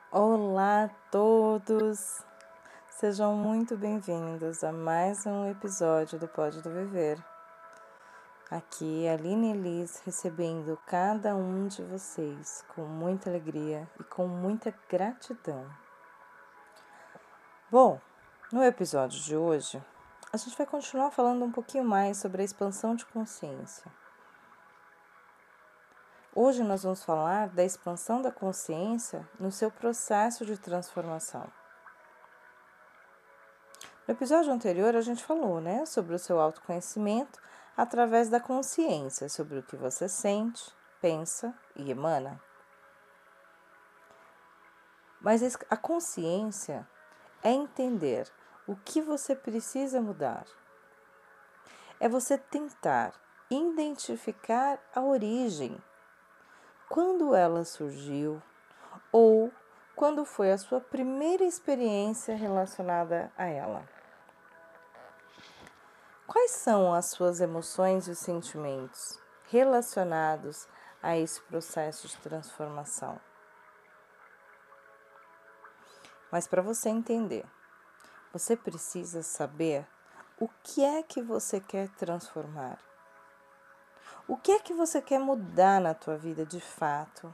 Olá a todos! Sejam muito bem-vindos a mais um episódio do Pode do Viver. Aqui é a Aline Elis recebendo cada um de vocês com muita alegria e com muita gratidão. Bom, no episódio de hoje, a gente vai continuar falando um pouquinho mais sobre a expansão de consciência. Hoje nós vamos falar da expansão da consciência no seu processo de transformação. No episódio anterior a gente falou, sobre o seu autoconhecimento através da consciência sobre o que você sente, pensa e emana. Mas a consciência é entender o que você precisa mudar. É você tentar identificar a origem, quando ela surgiu ou quando foi a sua primeira experiência relacionada a ela. Quais são as suas emoções e os sentimentos relacionados a esse processo de transformação? Mas para você entender, você precisa saber o que é que você quer transformar. O que é que você quer mudar na tua vida de fato?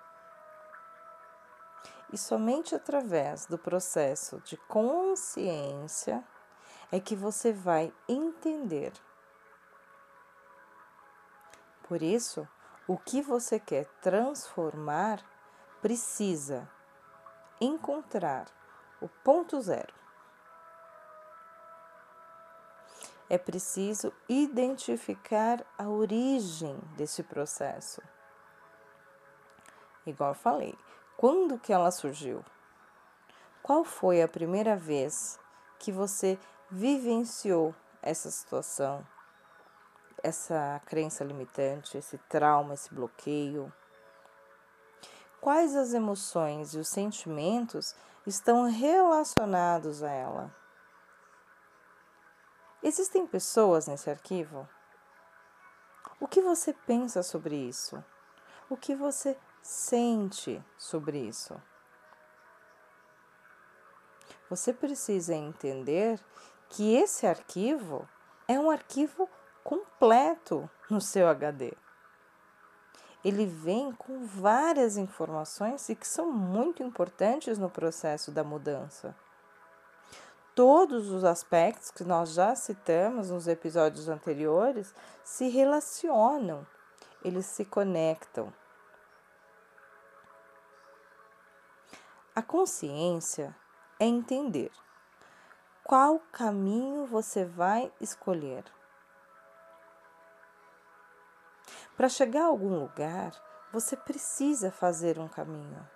E somente através do processo de consciência é que você vai entender. Por isso, o que você quer transformar precisa encontrar o ponto zero. É preciso identificar a origem desse processo. Igual eu falei, quando que ela surgiu? Qual foi a primeira vez que você vivenciou essa situação, essa crença limitante, esse trauma, esse bloqueio? Quais as emoções e os sentimentos estão relacionados a ela? Existem pessoas nesse arquivo? O que você pensa sobre isso? O que você sente sobre isso? Você precisa entender que esse arquivo é um arquivo completo no seu HD. Ele vem com várias informações e que são muito importantes no processo da mudança. Todos os aspectos que nós já citamos nos episódios anteriores se relacionam, eles se conectam. A consciência é entender qual caminho você vai escolher. Para chegar a algum lugar, você precisa fazer um caminho.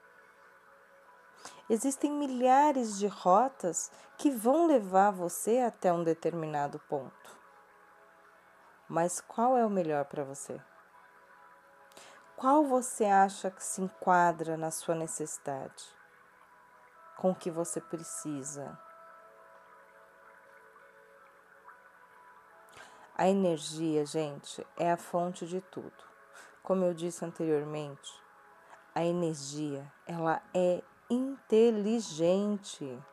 Existem milhares de rotas que vão levar você até um determinado ponto. Mas qual é o melhor para você? Qual você acha que se enquadra na sua necessidade? Com o que você precisa? A energia, gente, é a fonte de tudo. Como eu disse anteriormente, a energia, ela é inteligente.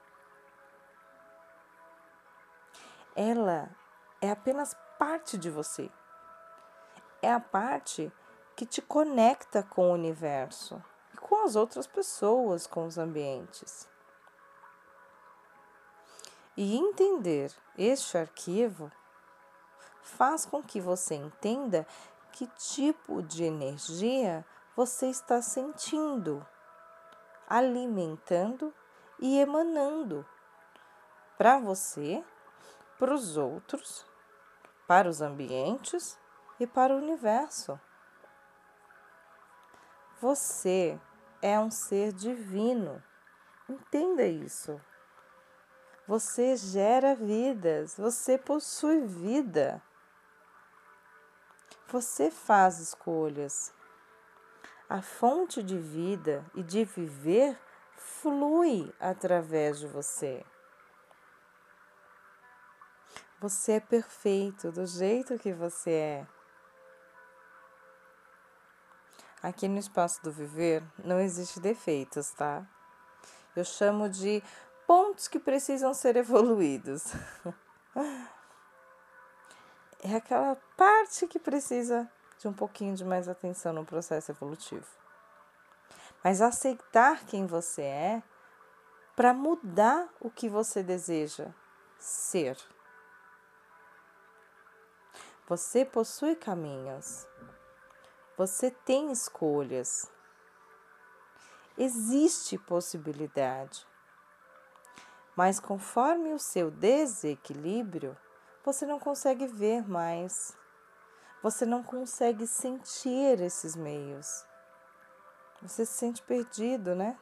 Ela é apenas parte de você. É a parte que te conecta com o universo e com as outras pessoas, com os ambientes. E entender este arquivo faz com que você entenda que tipo de energia você está sentindo, alimentando e emanando para você, para os outros, para os ambientes e para o universo. Você é um ser divino. Entenda isso. Você gera vidas, você possui vida. Você faz escolhas. A fonte de vida e de viver flui através de você. Você é perfeito do jeito que você é. Aqui no espaço do viver não existe defeitos, tá? Eu chamo de pontos que precisam ser evoluídos. É aquela parte que precisa de um pouquinho de mais atenção no processo evolutivo. Mas aceitar quem você é para mudar o que você deseja ser. Você possui caminhos. Você tem escolhas. Existe possibilidade. Mas conforme o seu desequilíbrio, você não consegue ver mais. Você não consegue sentir esses meios. Você se sente perdido, né?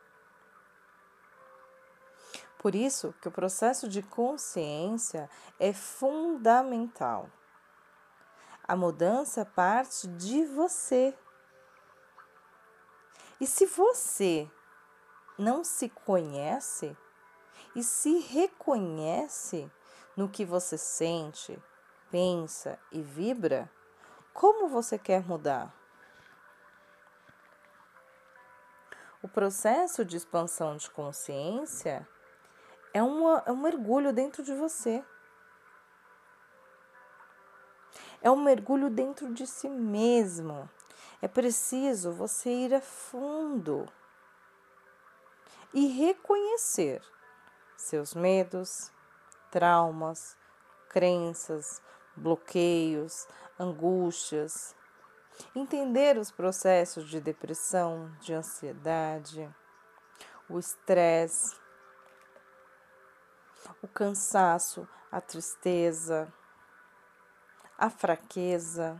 Por isso que o processo de consciência é fundamental. A mudança parte de você. E se você não se conhece e se reconhece no que você sente, pensa e vibra, como você quer mudar? O processo de expansão de consciência é um mergulho dentro de você. É um mergulho dentro de si mesmo. É preciso você ir a fundo e reconhecer seus medos, traumas, crenças, bloqueios, angústias. Entender os processos de depressão, de ansiedade, o estresse, o cansaço, a tristeza, a fraqueza.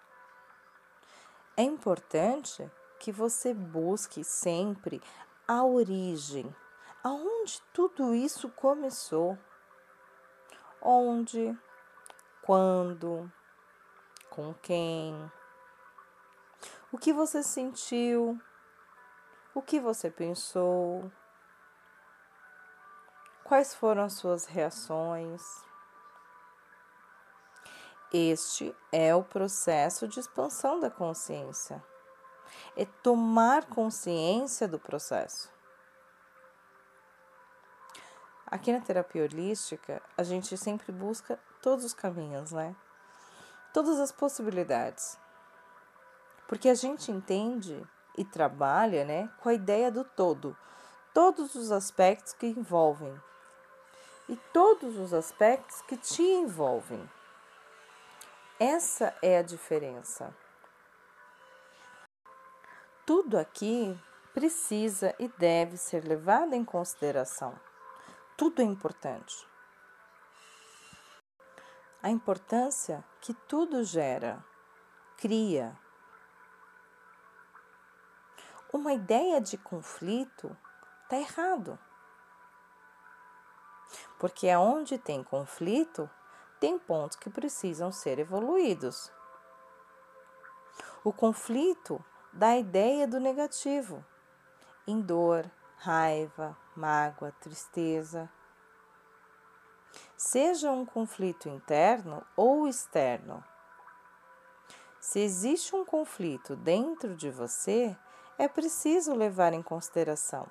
É importante que você busque sempre a origem, aonde tudo isso começou, onde, quando, com quem, o que você sentiu, o que você pensou, quais foram as suas reações. Este é o processo de expansão da consciência. É tomar consciência do processo. Aqui na terapia holística, a gente sempre busca todos os caminhos, né? Todas as possibilidades. Porque a gente entende e trabalha, né, com a ideia do todo. Todos os aspectos que envolvem. E todos os aspectos que te envolvem. Essa é a diferença. Tudo aqui precisa e deve ser levado em consideração. Tudo é importante. A importância que tudo gera, cria. Uma ideia de conflito está errado. Porque aonde tem conflito, tem pontos que precisam ser evoluídos. O conflito dá a ideia do negativo, em dor, raiva, mágoa, tristeza. Seja um conflito interno ou externo. Se existe um conflito dentro de você, é preciso levar em consideração.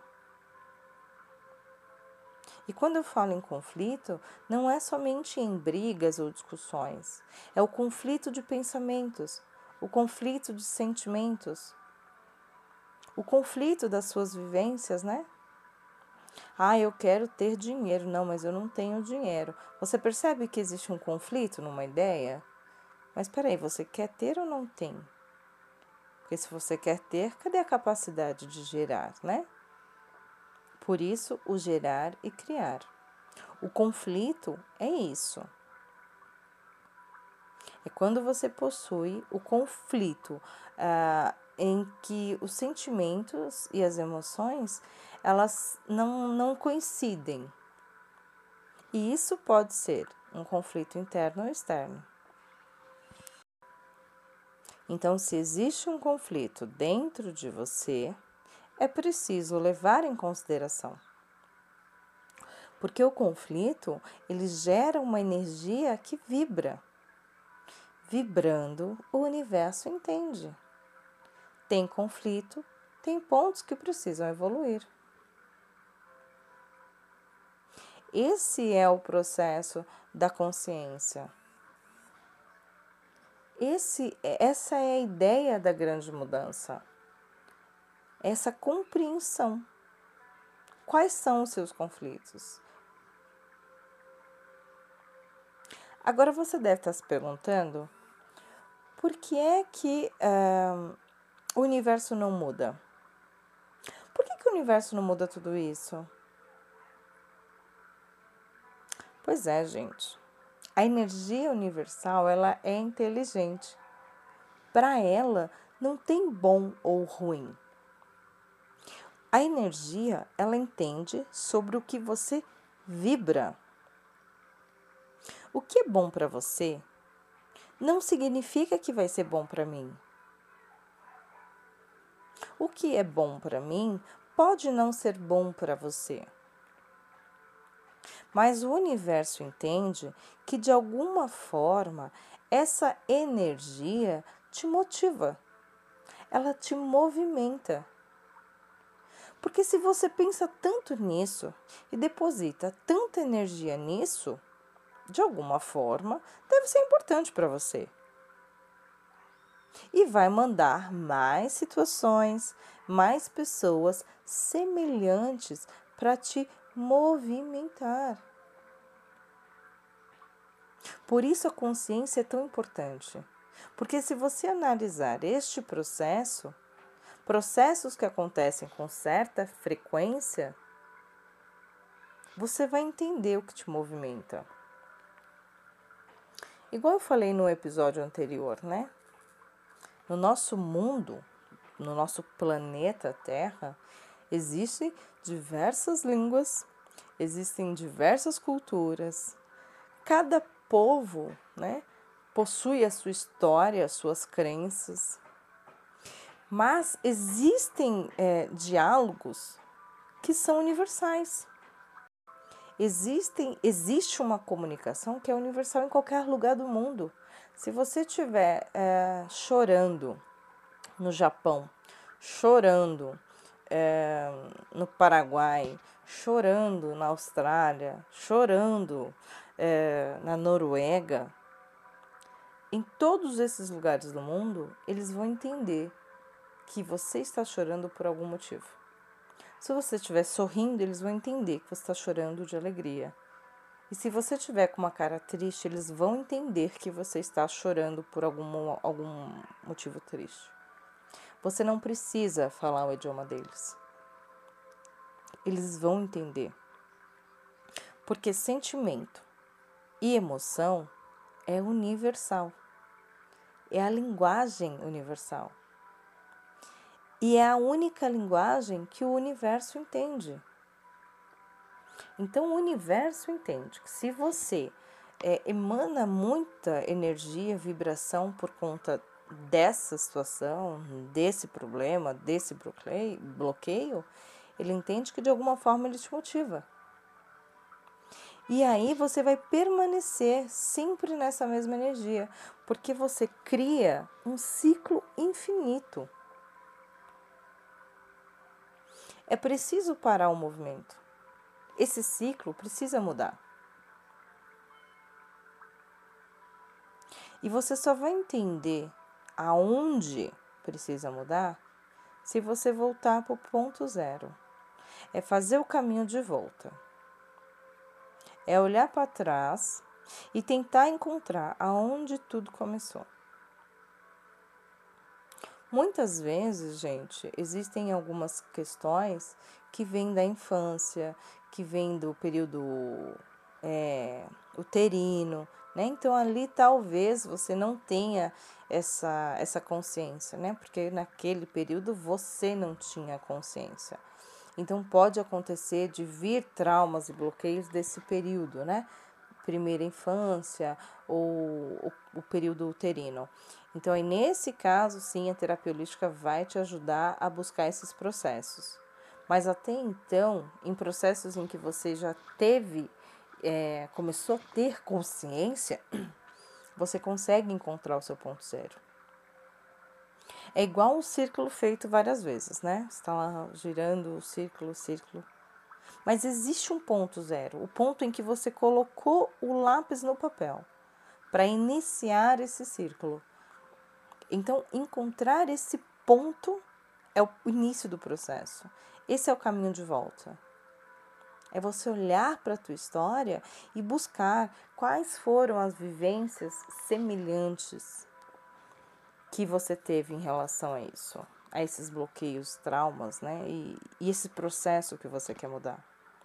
E quando eu falo em conflito, não é somente em brigas ou discussões, é o conflito de pensamentos, o conflito de sentimentos, o conflito das suas vivências, né? Ah, eu quero ter dinheiro. Não, mas eu não tenho dinheiro. Você percebe que existe um conflito numa ideia? Mas peraí, você quer ter ou não tem? Porque se você quer ter, cadê a capacidade de gerar, né? Por isso, o gerar e criar. O conflito é isso. É quando você possui o conflito em que os sentimentos e as emoções, elas não coincidem. E isso pode ser um conflito interno ou externo. Então, se existe um conflito dentro de você, é preciso levar em consideração. Porque o conflito, ele gera uma energia que vibra. Vibrando, o universo entende. tem conflito, tem pontos que precisam evoluir. Esse é o processo da consciência. Essa é a ideia da grande mudança. Essa compreensão. Quais são os seus conflitos? Agora você deve estar se perguntando por que é que o universo não muda? Por que o universo não muda tudo isso? Pois é, gente. A energia universal, ela é inteligente. Para ela, não tem bom ou ruim. A energia, ela entende sobre o que você vibra. O que é bom para você não significa que vai ser bom para mim. O que é bom para mim pode não ser bom para você. Mas o universo entende que, de alguma forma, essa energia te motiva, ela te movimenta. Porque se você pensa tanto nisso e deposita tanta energia nisso, de alguma forma, deve ser importante para você. E vai mandar mais situações, mais pessoas semelhantes para te movimentar. Por isso a consciência é tão importante. Porque se você analisar este processo, processos que acontecem com certa frequência, você vai entender o que te movimenta. Igual eu falei no episódio anterior, né? No nosso mundo, no nosso planeta Terra, existem diversas línguas, existem diversas culturas. Cada povo, né, possui a sua história, as suas crenças. Mas existem diálogos que são universais. Existe uma comunicação que é universal em qualquer lugar do mundo. Se você estiver chorando no Japão, chorando no Paraguai, chorando na Austrália, chorando na Noruega, em todos esses lugares do mundo, eles vão entender que você está chorando por algum motivo. Se você estiver sorrindo, eles vão entender que você está chorando de alegria. E se você estiver com uma cara triste, eles vão entender que você está chorando por algum motivo triste. Você não precisa falar o idioma deles. Eles vão entender. Porque sentimento e emoção é universal. É a linguagem universal. E é a única linguagem que o universo entende. Então, o universo entende que se você emana muita energia, vibração por conta dessa situação, desse problema, desse bloqueio, ele entende que de alguma forma ele te motiva. E aí você vai permanecer sempre nessa mesma energia, porque você cria um ciclo infinito. É preciso parar o movimento. Esse ciclo precisa mudar. E você só vai entender aonde precisa mudar se você voltar para o ponto zero. É fazer o caminho de volta. É olhar para trás e tentar encontrar aonde tudo começou. Muitas vezes, gente, existem algumas questões que vêm da infância, que vêm do período uterino, né? Então, ali talvez você não tenha essa consciência, né? Porque naquele período você não tinha consciência. Então, pode acontecer de vir traumas e bloqueios desse período, né? Primeira infância ou o período uterino. Então, aí, nesse caso, sim, a terapia holística vai te ajudar a buscar esses processos. Mas até então, em processos em que você já começou a ter consciência, você consegue encontrar o seu ponto zero. É igual um círculo feito várias vezes, né? Você está lá girando o círculo, círculo. Mas existe um ponto zero, o ponto em que você colocou o lápis no papel para iniciar esse círculo. Então, encontrar esse ponto é o início do processo. Esse é o caminho de volta. É você olhar para a tua história e buscar quais foram as vivências semelhantes que você teve em relação a isso, a esses bloqueios, traumas, né? E esse processo que você quer mudar.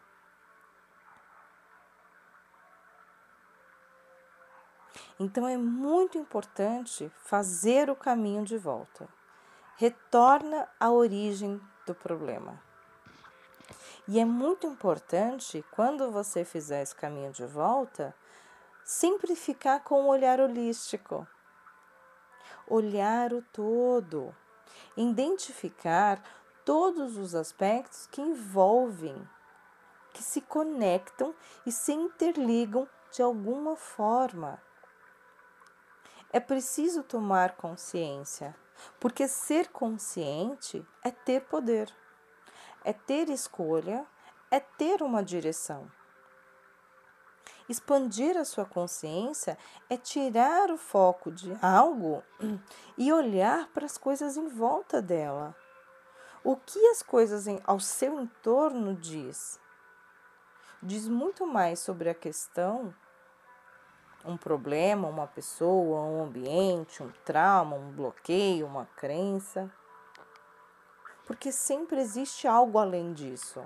Então é muito importante fazer o caminho de volta. Retorna à origem do problema. E é muito importante, quando você fizer esse caminho de volta, sempre ficar com um olhar holístico. Olhar o todo. Identificar todos os aspectos que envolvem, que se conectam e se interligam de alguma forma. É preciso tomar consciência, porque ser consciente é ter poder, é ter escolha, é ter uma direção. Expandir a sua consciência é tirar o foco de algo e olhar para as coisas em volta dela. O que as coisas ao seu entorno diz? Diz muito mais sobre a questão, um problema, uma pessoa, um ambiente, um trauma, um bloqueio, uma crença. Porque sempre existe algo além disso.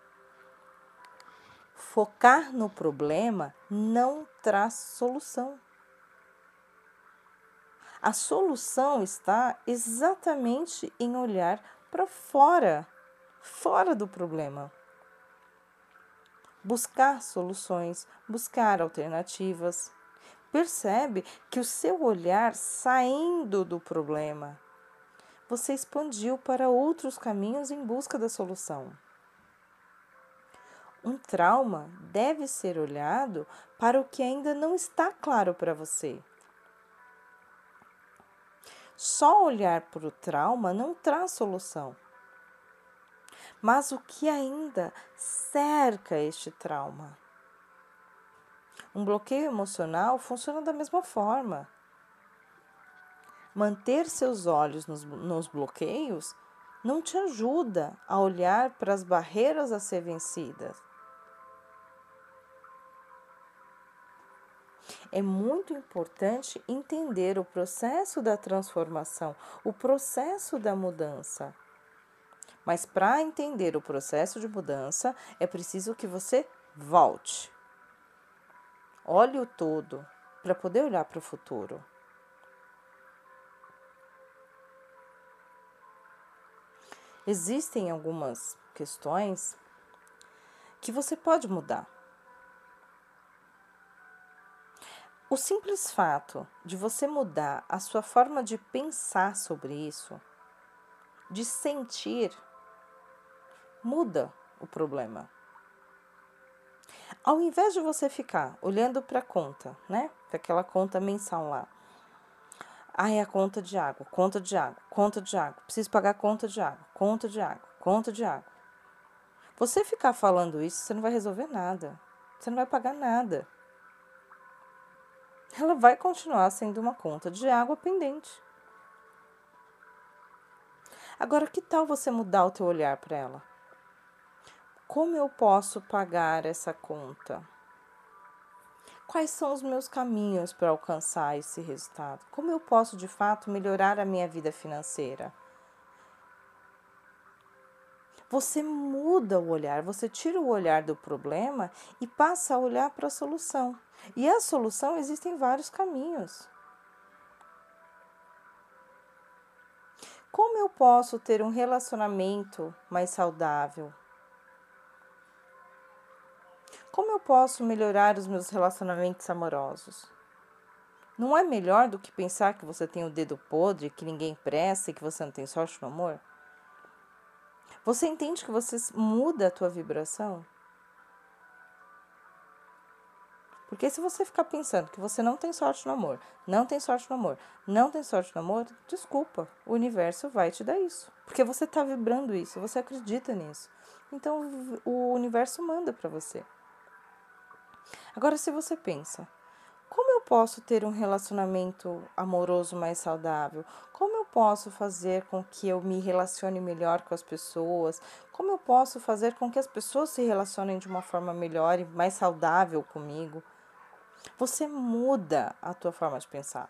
Focar no problema não traz solução. A solução está exatamente em olhar para fora, fora do problema. Buscar soluções, buscar alternativas. Percebe que o seu olhar saindo do problema, você expandiu para outros caminhos em busca da solução. Um trauma deve ser olhado para o que ainda não está claro para você. Só olhar para o trauma não traz solução. Mas o que ainda cerca este trauma? Um bloqueio emocional funciona da mesma forma. Manter seus olhos nos bloqueios não te ajuda a olhar para as barreiras a ser vencidas. É muito importante entender o processo da transformação, o processo da mudança. Mas para entender o processo de mudança, é preciso que você volte. Olhe o todo para poder olhar para o futuro. Existem algumas questões que você pode mudar. O simples fato de você mudar a sua forma de pensar sobre isso, de sentir, muda o problema. Ao invés de você ficar olhando para a conta, né? Para aquela conta mensal lá. É a conta de água, conta de água, conta de água. Preciso pagar a conta de água, conta de água, conta de água. Você ficar falando isso, você não vai resolver nada. Você não vai pagar nada. Ela vai continuar sendo uma conta de água pendente. Agora, que tal você mudar o teu olhar para ela? Como eu posso pagar essa conta? Quais são os meus caminhos para alcançar esse resultado? Como eu posso, de fato, melhorar a minha vida financeira? Você muda o olhar, você tira o olhar do problema e passa a olhar para a solução. E a solução existem vários caminhos. Como eu posso ter um relacionamento mais saudável? Como eu posso melhorar os meus relacionamentos amorosos? Não é melhor do que pensar que você tem o dedo podre, que ninguém presta e que você não tem sorte no amor? Você entende que você muda a tua vibração? Porque se você ficar pensando que você não tem sorte no amor, não tem sorte no amor, não tem sorte no amor, desculpa, o universo vai te dar isso. Porque você está vibrando isso, você acredita nisso. Então o universo manda para você. Agora, se você pensa, como eu posso ter um relacionamento amoroso mais saudável? Como eu posso fazer com que eu me relacione melhor com as pessoas? Como eu posso fazer com que as pessoas se relacionem de uma forma melhor e mais saudável comigo? Você muda a tua forma de pensar.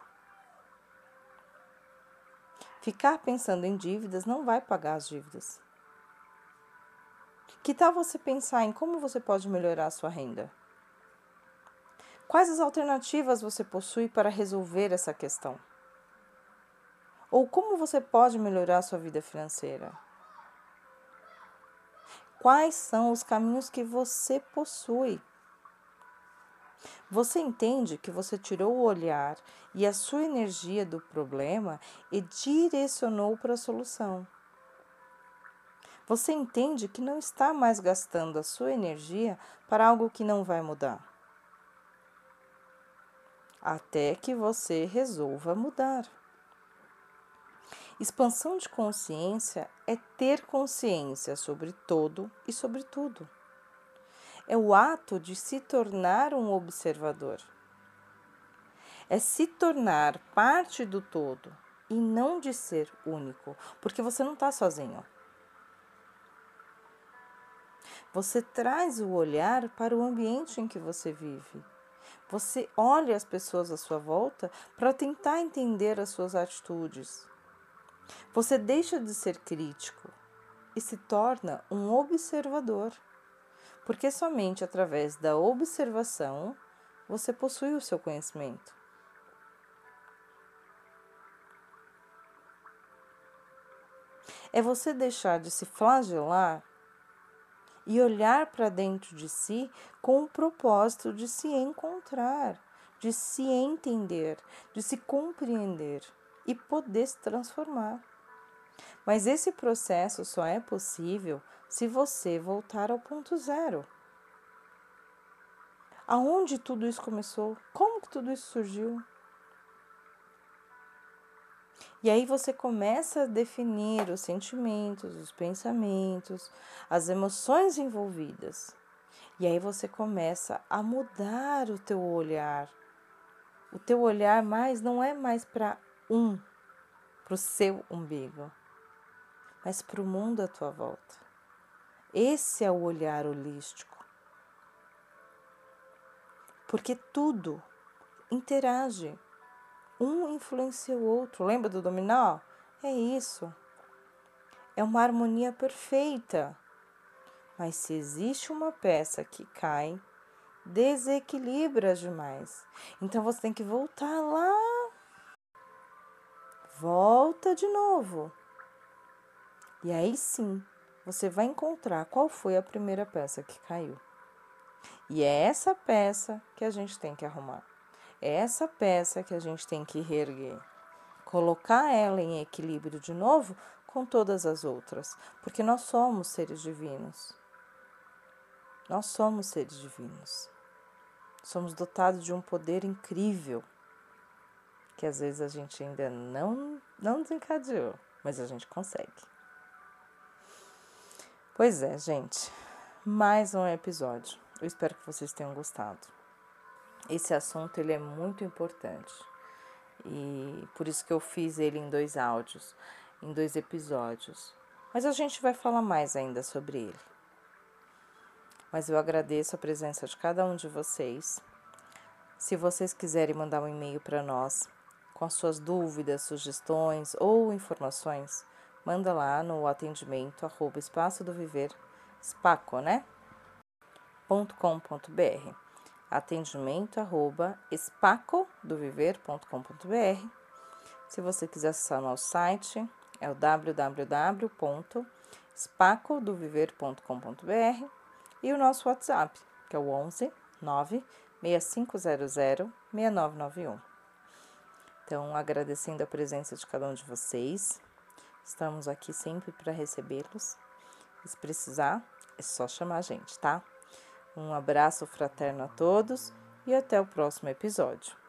Ficar pensando em dívidas não vai pagar as dívidas. Que tal você pensar em como você pode melhorar a sua renda? Quais as alternativas você possui para resolver essa questão? Ou como você pode melhorar a sua vida financeira? Quais são os caminhos que você possui? Você entende que você tirou o olhar e a sua energia do problema e direcionou para a solução. Você entende que não está mais gastando a sua energia para algo que não vai mudar. Até que você resolva mudar. Expansão de consciência é ter consciência sobre todo e sobre tudo. É o ato de se tornar um observador. É se tornar parte do todo e não de ser único, porque você não está sozinho. Você traz o olhar para o ambiente em que você vive. Você olha as pessoas à sua volta para tentar entender as suas atitudes. Você deixa de ser crítico e se torna um observador, porque somente através da observação você possui o seu conhecimento. É você deixar de se flagelar e olhar para dentro de si com o propósito de se encontrar, de se entender, de se compreender e poder se transformar. Mas esse processo só é possível se você voltar ao ponto zero. Aonde tudo isso começou? Como que tudo isso surgiu? E aí você começa a definir os sentimentos, os pensamentos, as emoções envolvidas. E aí você começa a mudar o teu olhar. O teu olhar não é mais para o seu umbigo, mas para o mundo à tua volta. Esse é o olhar holístico. Porque tudo interage. Um influencia o outro. Lembra do dominó? É isso. É uma harmonia perfeita. Mas se existe uma peça que cai, desequilibra demais. Então você tem que voltar lá. Volta de novo. E aí sim, você vai encontrar qual foi a primeira peça que caiu. E é essa peça que a gente tem que arrumar. É essa peça que a gente tem que reerguer. Colocar ela em equilíbrio de novo com todas as outras. Porque nós somos seres divinos. Nós somos seres divinos. Somos dotados de um poder incrível. Que às vezes a gente ainda não desencadeou. Mas a gente consegue. Pois é, gente. Mais um episódio. Eu espero que vocês tenham gostado. Esse assunto ele é muito importante e por isso que eu fiz ele em 2 áudios, em 2 episódios. Mas a gente vai falar mais ainda sobre ele. Mas eu agradeço a presença de cada um de vocês. Se vocês quiserem mandar um e-mail para nós com as suas dúvidas, sugestões ou informações, manda lá no atendimento @espaço-do-viver, spaco, né? .com.br atendimento@espacodoviver.com.br. Se você quiser acessar o nosso site, é o www.espacodoviver.com.br e o nosso WhatsApp, que é o 11 96500 6991. Então, agradecendo a presença de cada um de vocês, estamos aqui sempre para recebê-los. Se precisar, é só chamar a gente, tá? Um abraço fraterno a todos e até o próximo episódio.